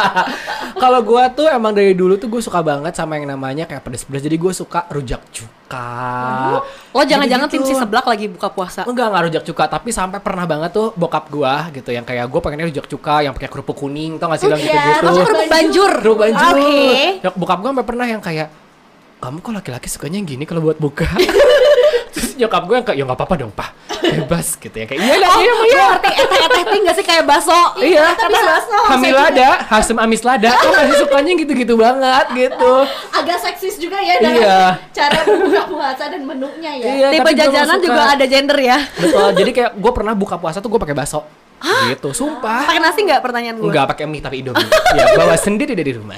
Kalau gua tuh emang dari dulu tuh gue suka banget sama yang namanya kayak pedes-pedes. Jadi gue suka rujak cuka. Lo jangan-jangan tim Gitu-gitu. si seblak lagi buka puasa. Enggak, enggak rujak cuka, tapi sampai pernah banget tuh bokap gua gitu yang kayak gue pengennya rujak cuka yang pakai kerupuk kuning, tau gak sih yang Iya, gitu-gitu. terus Kerupuk banjur. Kerupuk banjur. Oke. Ya, bokap gua sampai pernah yang kayak, kamu kok laki-laki sukanya yang gini kalau buat buka? Terus nyokap gue yang kayak, ya nggak apa-apa dong pak, bebas gitu ya kayak iya lah, Oh, iya lo iya. ngerti eteh-eteh nggak sih kayak bakso? Iya, tapi bakso, hamil saya lada, hasem amis lada, kok masih sukanya gitu-gitu banget gitu. Agak seksis juga ya dalam Iya. cara berbuka puasa dan menunya ya. Iya, Tipe tapi gua jajanan suka. juga ada gender ya. Betul, jadi kayak gue pernah buka puasa tuh gue pakai bakso. Gitu, sumpah. Pakai nasi nggak pertanyaan gue? Enggak pakai mie tapi Indomie. Ya, bawa sendiri dari rumah.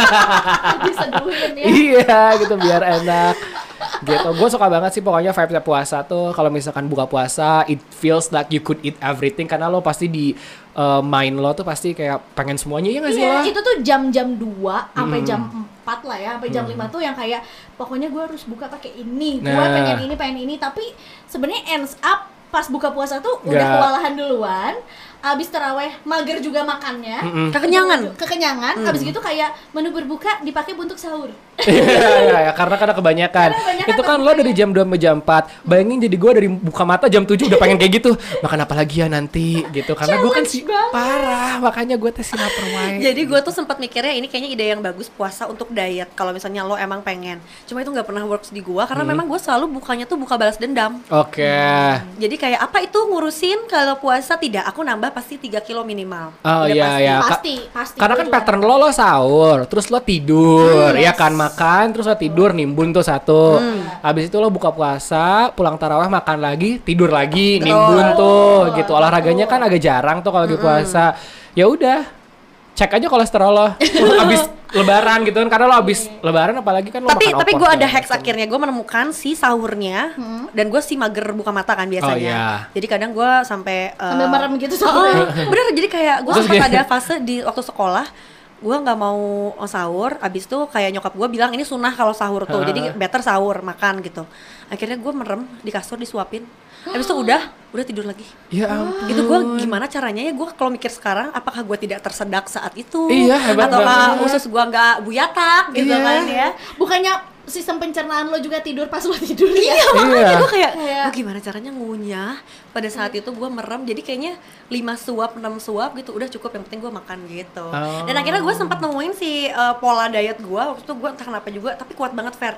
Diseduhin ya. Iya, gitu biar enak. Gitu. Gue suka banget sih pokoknya vibe puasa tuh kalau misalkan buka puasa, it feels like you could eat everything karena lo pasti di uh, mind lo tuh pasti kayak pengen semuanya ya nggak sih Iya, lo? itu tuh jam-jam dua sampai Hmm. jam empat lah ya, sampai jam lima tuh yang kayak pokoknya gue harus buka pakai ini, gue Nah. pengen ini, pengen ini, tapi sebenarnya ends up pas buka puasa tuh udah Nggak. kewalahan duluan, abis terawih mager juga makannya, Mm-mm. Kekenyangan. kekenyangan, abis gitu kayak menu berbuka dipakai untuk sahur. Iya, iya, iya, karena karena kebanyakan. Karena kebanyakan Itu kan lo bukanya. dari jam dua sampai jam empat. Bayangin jadi gue dari buka mata jam tujuh udah pengen kayak gitu. Makan apa lagi ya nanti gitu. Karena gue kan sih Challenge banget. parah, makanya gue tes lapar wae. Jadi gue tuh sempat mikirnya ini kayaknya ide yang bagus puasa untuk diet kalau misalnya lo emang pengen. Cuma itu nggak pernah works di gua karena memang gue selalu bukanya tuh buka balas dendam. Oke. Jadi kayak apa itu ngurusin kalau puasa tidak aku nambah pasti tiga kilo minimal. Oh Udah iya pasti. iya. Ka- Pasti, pasti. Karena Gua kan juga. pattern lo lo sahur, terus lo tidur, Hmm, ya yes. kan makan, terus lo tidur nimbun tuh satu. Habis itu lo buka puasa, pulang tarawih makan lagi, tidur lagi, nimbun tuh, gitu. Olahraganya kan agak jarang tuh kalau lagi puasa. Ya udah, cek aja kolesterol lo. Abis lebaran gitu kan, karena lo abis lebaran apalagi kan lo Tapi makan tapi opor gue ada kan. hacks akhirnya gue menemukan si sahurnya dan gue si mager buka mata kan biasanya. Oh, iya. Jadi kadang gue sampai uh, Sambil merem gitu Oh, sahurnya. bener jadi kayak gue Terus sempat gini. ada fase di waktu sekolah gue nggak mau sahur, abis itu kayak nyokap gue bilang ini sunnah kalau sahur tuh, jadi better sahur makan gitu. Akhirnya gue merem di kasur disuapin, abis itu udah udah tidur lagi. Ya ampun. Itu gue gimana caranya ya gue kalau mikir sekarang apakah gue tidak tersedak saat itu? Iya, hebat atau banget. usus gue nggak buyatak gitu Iya. kan ya? Bukannya sistem pencernaan lo juga tidur pas lo tidur ya? Iya makanya Iya. gue kayak, Kayak- "Duh, gimana caranya ngunyah pada saat itu gue merem, jadi kayaknya lima suap enam suap gitu udah cukup, yang penting gue makan gitu." Oh. Dan akhirnya gue sempat nemuin si uh, pola diet gue waktu itu, gue entah kenapa juga tapi kuat banget Fer.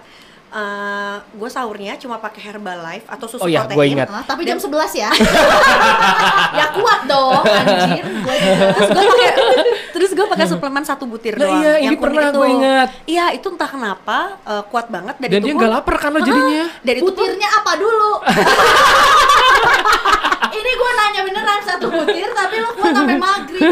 Uh, gue sahurnya cuma pakai Herbalife atau susu Oh iya, protein. gua ingat. Ah, tapi jam sebelas ya. Ya kuat dong, anjir. Gua juga. Terus gue pakai terus gue pakai suplemen satu butir Nah, doang. iya, yang ini kuning pernah itu. gua ingat. Iya, itu entah kenapa uh, kuat banget dan, Dan itu dia pun- nggak lapar kan lo jadinya. Hah? Dan itu pun Butirnya apa dulu? Ini gue nanya beneran satu butir tapi lo kuat sampai maghrib.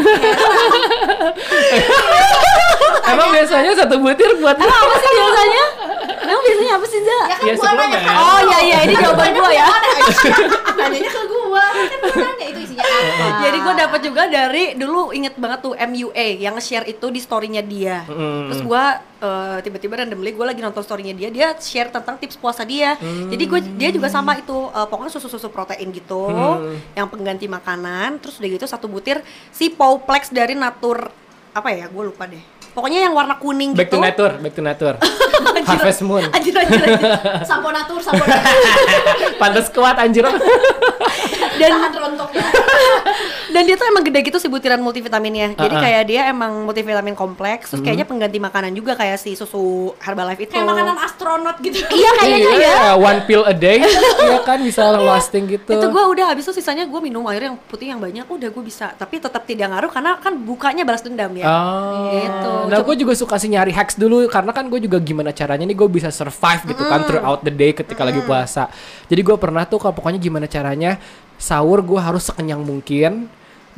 Emang biasanya satu butir buat Emang apa sih biasanya? Emang biasanya apa sih, Za? Ya kan Ya, gua nanya suplemen. kan. Oh iya iya, ini jawaban gua ya. Nanyanya ke gua. Kan gua nanya itu isinya apa. Jadi gue dapat juga dari dulu inget banget tuh M U A yang nge-share itu di story-nya dia. Mm. Terus gue uh, tiba-tiba randomly gue lagi nonton story-nya dia, dia share tentang tips puasa dia. Jadi gue dia juga sama itu uh, pokoknya susu-susu protein gitu, Mm. yang pengganti makanan. Terus udah gitu satu butir si Powplex dari Natur apa ya? Gue lupa deh. Pokoknya yang warna kuning Back gitu. to nature, back to nature. Harvest Moon. Anjir anjir anjir. Sampo natur, sampo natur. Pantes kuat anjir. Dan tahan rontoknya. Dan dia tuh emang gede gitu sih butiran multivitaminnya. Jadi Uh-uh. kayak dia emang multivitamin kompleks. Terus kayaknya pengganti makanan juga kayak si susu Herbalife itu. Kayak makanan astronot gitu. Iya kayaknya ya. Iya, one pill a day. Iya kan bisa lasting gitu. Itu gue udah habis itu sisanya gue minum air yang putih yang banyak, udah gue bisa. Tapi tetap tidak ngaruh karena kan bukanya balas dendam ya. Oh. Gitu. Nah, gue juga suka sih nyari hacks dulu karena kan gue juga gimana caranya nih gue bisa survive gitu kan throughout the day ketika lagi puasa. Jadi gue pernah tuh kalau pokoknya gimana caranya sahur gue harus sekenyang mungkin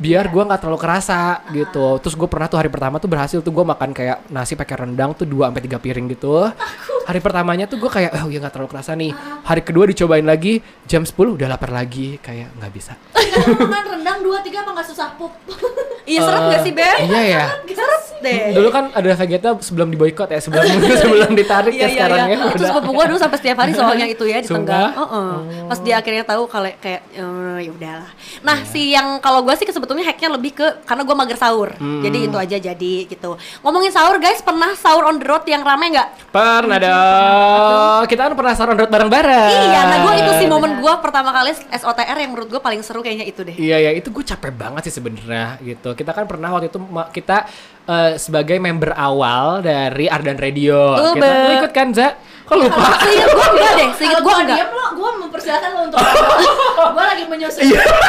biar gue nggak terlalu kerasa gitu. Terus gue pernah tuh hari pertama tuh berhasil tuh gue makan kayak nasi pakai rendang tuh dua sampai tiga piring gitu. Hari pertamanya tuh gue kayak oh ya nggak terlalu kerasa nih. Hari kedua dicobain lagi jam sepuluh udah lapar lagi kayak nggak bisa. Kalau makan rendang dua tiga apa nggak susah pup? Iya seret nggak sih Beb? Iya ya. Seret deh. Dulu kan ada Vegeta sebelum diboikot ya, sebelum sebelum ditarik Iya ya iya sekarang iya. ya. Itu sepupu gua dulu sampai setiap hari soalnya itu ya di Sumpah? Tengah. Heeh. Pas dia akhirnya tahu kalau kayak eh, ya udahlah. Nah, si yang kalau gua sih sebetulnya hacknya lebih ke karena gua mager sahur. Jadi itu aja jadi gitu. Ngomongin sahur guys, pernah sahur on the road yang rame nggak? Pernah dong. Kita kan pernah sahur on the road bareng-bareng. Iya, nah gua itu sih momen gua pertama kali S O T R yang menurut gua paling seru kayaknya itu deh. Iya ya, itu gue capek banget sih sebenarnya gitu. Kita kan pernah waktu itu ma- kita eh, sebagai member awal dari Ardan Radio. Betul, Kita Be. lu ikut kan, Za? Kok lupa? Seingat gua enggak deh, seingat Kalau gua gua enggak. diam lo, gua mempersilakan lo untuk gua lagi menyusun.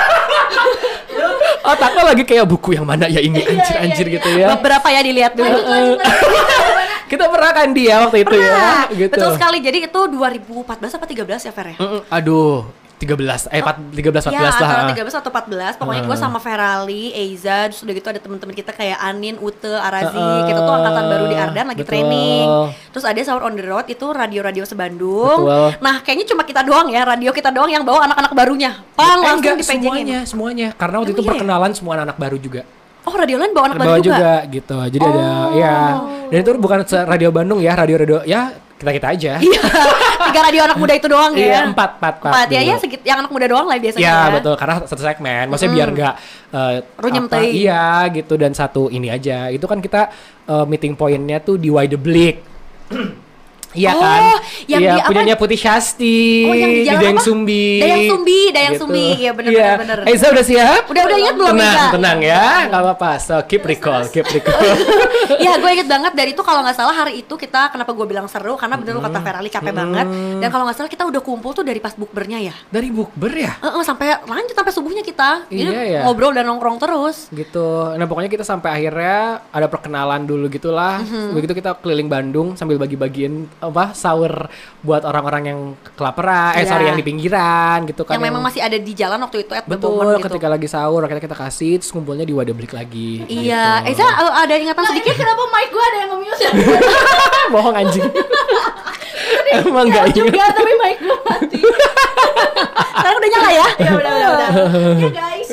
Otak lo lagi kayak buku yang mana ya ini Iya, anjir-anjir iya, gitu iya. ya. Beberapa ya dilihat dulu. Lanjut, lanjut, lanjut. Kita pernah kan dia waktu itu ya, Pernah. gitu. Betul sekali. Jadi itu dua ribu empat belas apa tiga belas ya, Fer ya? Mm-mm, aduh, tiga belas eh empat, tiga belas empat belas ya, lah. antara tiga belas atau empat belas. Pokoknya gue Uh. sama Ferali, Eiza, terus udah gitu ada teman-teman kita kayak Anin, Ute, Arazi. Uh, Kita tuh angkatan baru di Ardan lagi betul. training. Terus ada Sahur on the Road itu radio-radio sebandung. Betul. Nah, kayaknya cuma kita doang ya, radio kita doang yang bawa anak-anak barunya. Pang Eh, langsung enggak, dipenjengin. semuanya, semuanya. Karena waktu Emang itu iya ya? perkenalan semua anak baru juga. Oh, radio lain bawa anak Bawa baru juga. juga gitu. Jadi ada ya. Dan itu bukan se- radio Bandung ya, radio-radio ya kita-kita aja. Iya, tiga radio anak muda itu doang ya. Iya, empat, empat, empat Empat ya, dulu. ya segit, yang anak muda doang lah biasanya. Iya ya. betul, karena satu segmen, maksudnya biar nggak eh, Runyem apa, teuing. iya gitu, dan satu ini aja, itu kan kita eh, meeting pointnya tuh di Wideblik. Iya Oh, kan? yang Iya, di apa? punyanya Putih Syasti, Oh, yang di jalan Dayang apa? Sumbi. Dayang Sumbi, Dayang Sumbi. Iya, bener, Iya. bener, bener. Aiza udah siap? Udah, udah ingat belum, Tenang, Aiza? tenang ya, nggak apa-apa. So keep recall, keep recall. Iya, gue inget banget dari itu kalau nggak salah hari itu kita kenapa gue bilang seru karena bener lu kata Ferali capek banget dan kalau nggak salah kita udah kumpul tuh dari pas bukbernya ya. Dari bukber ya? Eh, eh, sampai lanjut sampai subuhnya kita. Jadi Iya, ya. ngobrol dan nongkrong terus. Gitu. Nah pokoknya kita sampai akhirnya ada perkenalan dulu gitulah. Mhm. Begitu kita keliling Bandung sambil bagi-bagiin apa sahur buat orang-orang yang kelaparan, eh Iya. sorry yang di pinggiran gitu kan. Yang memang masih ada di jalan waktu itu at the betul moment gitu. ketika lagi sahur akhirnya kita kasih terus kumpulnya di Wideblik lagi. Iya, gitu. Eza eh, ada ingatan Nah, sedikit? ini kenapa mic gua ada yang nge-mute ya? Bohong anjing. Emang Ya enggak ingat. juga, tapi mic gua mati. Sekarang udah nyala ya? Ya udah, udah, udah. Ya guys.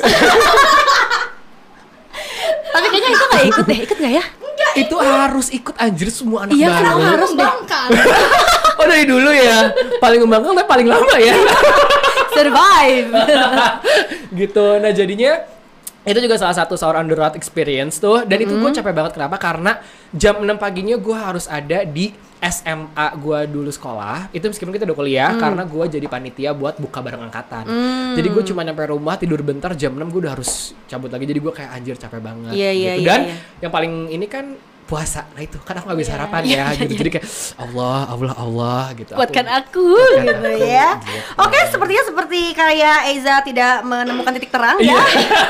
Tapi kayaknya itu nggak ikut deh, ikut nggak ya? Itu harus ikut anjir semua anak Iya, baru. kenapa harus deh? Mengembangkan. Oh dari dulu ya. Paling ngembangkan tapi paling lama ya. Survive. Gitu. Nah jadinya itu juga salah satu sahur on the road experience tuh, dan itu gue capek banget. Kenapa? Karena jam enam paginya gue harus ada di S M A gue dulu sekolah. Itu meskipun kita udah kuliah, karena gue jadi panitia buat buka bareng angkatan. Jadi gue cuma nyampe rumah tidur bentar, jam enam gue udah harus cabut lagi. Jadi gue kayak anjir capek banget. Iya, iya, gitu. iya, Dan iya. yang paling ini kan puasa. Nah itu kan aku gak bisa sarapan ya gitu. Jadi kayak Allah, Allah, Allah gitu. Kuatkan aku, Kuatkan gitu aku, ya. gitu. Oke, sepertinya seperti kayak Eiza tidak menemukan titik terang Iya. ya.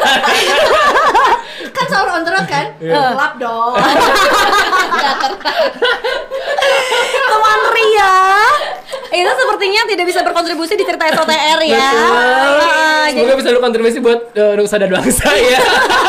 Kan sahur on the road kan? Gelap dong. Nggak terang. Teman Ria, Eiza sepertinya tidak bisa berkontribusi di cerita S O T R ya. Betul. Ah, jadi, Semoga bisa lu kontribusi buat uh, nusa dan bangsa ya.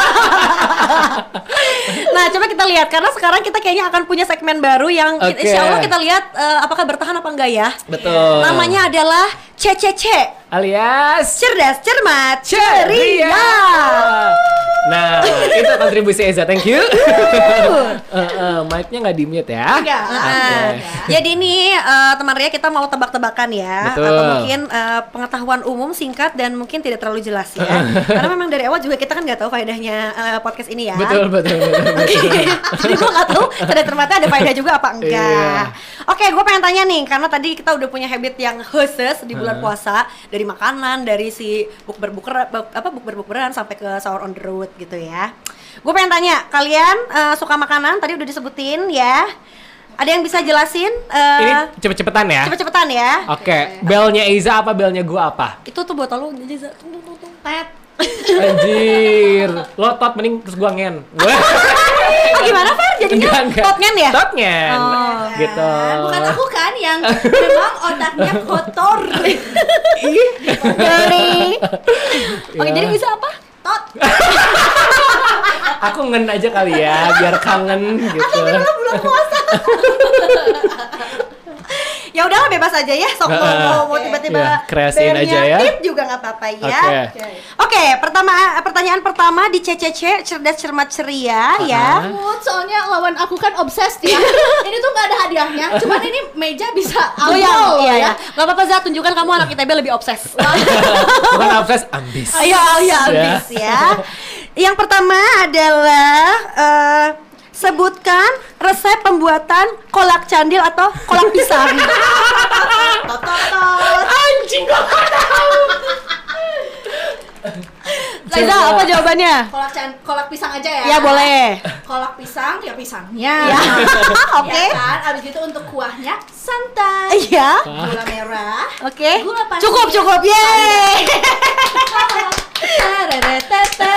nah coba kita lihat karena sekarang kita kayaknya akan punya segmen baru yang Oke. insya Allah kita lihat eh, apakah bertahan apa enggak ya. Betul. Namanya adalah C C C, alias cerdas, cermat, ceria. Nah, itu kontribusi Eza, thank you. uh, uh, mic-nya nggak di mute ya? Enggak. Oke. Ah, jadi ini eh, teman Ria kita mau tebak-tebakan ya, Betul. atau mungkin eh, pengetahuan umum singkat dan mungkin tidak terlalu jelas ya. Karena memang dari awal juga kita kan nggak tahu faedahnya eh, podcast ini ya. Betul, betul, betul, betul. Jadi gue nggak tahu cerdas cermatnya ada faedah juga apa enggak. Iya. Oke, gue pengen tanya nih karena tadi kita udah punya habit yang khusus di bulan puasa dari makanan, dari si bukber buker apa bukber bukeran sampai ke sahur on the road gitu ya. Gue pengen tanya, kalian eh, suka makanan? Tadi udah disebutin ya. Ada yang bisa jelasin? eh, Ini cepet-cepetan ya? cepet-cepetan ya. Oke, belnya Eza apa belnya gua apa? Itu tuh botol lu jadi za- tung, tung, tung, tung. Tet. Anjir, lo tot mending terus gua ngen. Ah, gimana Fer? Jadinya Enggak, enggak. totngen ya? Tot ngen. Oh. Gitu. Bukan aku kan yang memang otaknya kotor. Dari. Oke, jadi bisa apa? Tot. Aku ngen aja kali ya, biar kangen gitu. Bulan puasa. Ya udahlah bebas aja ya, sok mau mau, mau tiba-tiba Iya, kreasiin aja ya. tip juga nggak apa-apa ya. Oke. Oke. Oke, pertama pertanyaan pertama di C C C cerdas cermat ceria ya. Mood, soalnya lawan aku kan obses ya. Ini tuh nggak ada hadiahnya, cuman ini meja bisa Oh ya, ambil iya ya. ya. Gak apa-apa Zat, tunjukkan kamu anak I T B lebih obses. Bukan obses, ambis. Ayo, ayo, habis ya. Yang pertama adalah eh, sebutkan resep pembuatan kolak candil atau kolak pisang. Tot, tot, tot. Anjing, gua nggak tahu. Liza, Coba. apa jawabannya? Kolak can, kolak pisang aja ya. Ya boleh. Kolak pisang ya pisangnya. Ya. Oke. Ya kan, abis itu untuk kuahnya santan, Iya. gula merah, Oke. Gula pasir. Cukup, cukup. Yeay. Teretetete.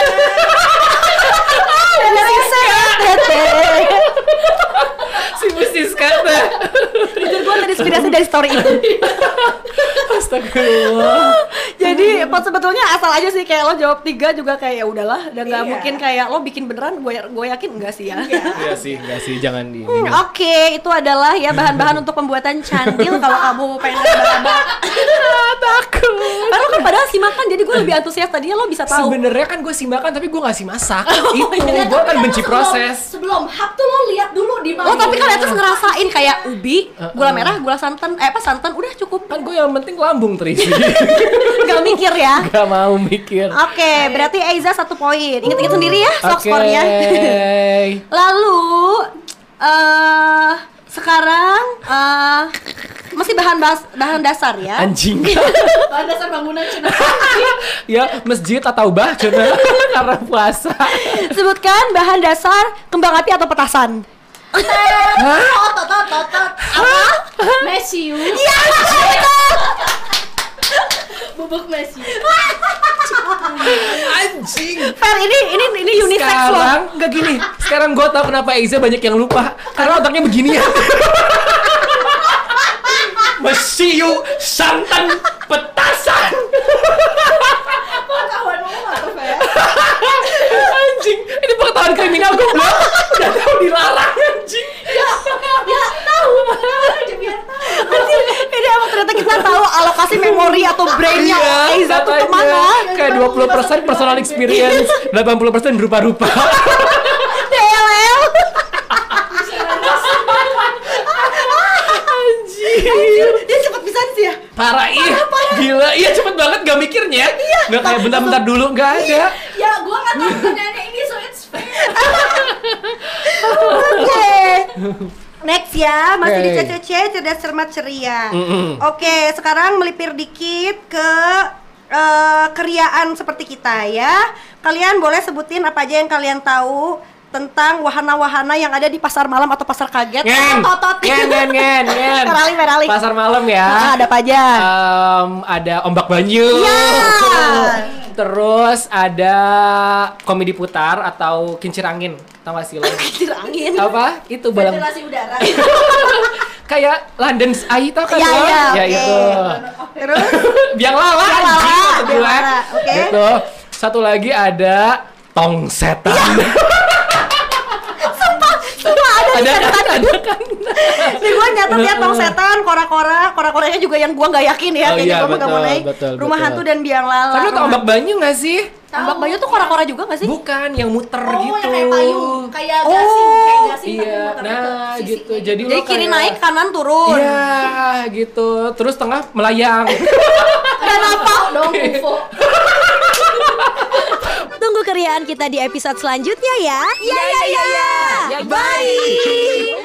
Si Musis kata. Jujur gue terinspirasi dari story itu. Astagfirullah. Jadi pot sebetulnya asal aja sih kayak lo jawab tiga juga kayak ya udahlah, dan nggak Iya. mungkin kayak lo bikin beneran. Gue gue yakin enggak sih ya. Iya sih, enggak sih, jangan di. Hmm, Oke, itu adalah ya bahan-bahan untuk pembuatan candil kalau kamu pengen nambah-nambah. Takut. Karena kan padahal sih makan, jadi gue lebih antusias tadinya lo bisa tahu. Sebenarnya kan gue simbakan tapi gue nggak sih masak. Itu Ya, gue tapi kan lo benci sebelum- proses. Sebelum hap tuh lo lihat dulu di mana. Oh tapi kan atas ngerasain kayak ubi, Uh-uh. gula merah, gula santan, eh apa santan udah cukup. Kan gue yang penting lambung terisi. Gak mikir ya. Gak mau mikir. Oke, berarti Eiza satu poin. Ingat-ingat sendiri ya sok Oke. skornya. Lalu eh sekarang eh masih bahan bas- bahan dasar ya. Anjing. Bahan dasar bangunan Cina. Ya masjid atau bah cuna karena puasa. Sebutkan bahan dasar kembang api atau petasan. Tot, tot, tot, tot, tot. Apa? Mesiu. Iya. Bubuk mesiu. Anjing. Fer, ini ini ini unisex loh. Sekarang gak gini. Sekarang gue tau kenapa Eiza banyak yang lupa. Karena otaknya begini ya. Mesiu, santan, petasan. Pengetahuan lo apa tuh, Fer? Anjing, ini pengetahuan kriminal gue belum. Udah tahu dilarang anjing. Ya, ya tahu, tahu aja biar tahu. Anjir, ini emang ternyata kita tahu alokasi memori atau brainnya Eiza tuh katanya. kemana. Kayak dua puluh persen personal experience, delapan puluh persen rupa-rupa. D L L. Anjing. Dia cepet pisan sih ya. Parah iya. Gila, iya cepet banget gak mikirnya. Iya. Gak kayak bentar-bentar dulu, gak ada. Ya, gua nggak tahu pertanyaannya ini, so it's fair. Oke. Next ya, masih di C Hey. C C cerdas cermat ceria. Mm-mm. Oke, sekarang melipir dikit ke eh, keriaan seperti kita ya. Kalian boleh sebutin apa aja yang kalian tahu tentang wahana-wahana yang ada di pasar malam atau pasar kaget. Ngen, Totot. ngen, ngen, ngen, ngen. Merali, merali. Pasar malam ya. Nah, ada apa aja? Em, ada ombak banyu. Ya. Terus ada komedi putar atau kincir angin. Tahu gak sih lo? Kincir angin. Apa? Itu balang. Ventilasi udara. Kayak London Eye tau kan Iya, lo? iya, Ya oke. itu. Terus Biang lala Biang anjing lala, maksud biang gue. lala, oke. Gitu. Satu lagi ada tong setan. semua ada di Ada sana. kan? Ada kan? Nih gue nyatet ya tong setan, kora-kora, kora-koranya juga yang gua nggak yakin ya, Oh kayaknya iya, gua nggak mau betul, naik. betul, Rumah betul. hantu dan biang lala. Tapi lo tau Rumah- ombak banyu gak sih? Ombak banyu tuh kora-kora juga nggak sih? Bukan, yang muter Oh, gitu. yang kayak payung, kayak Oh, gasing, kayak gasing tapi Iya, muternya ke nah sisi. gitu. Jadi, Jadi lo kiri kayak- naik, kanan turun. Iya, gitu. Terus tengah melayang. Dan apa dong U F O? Tunggu keriaan kita di episode selanjutnya ya. Iya, iya, iya. Ya, bye.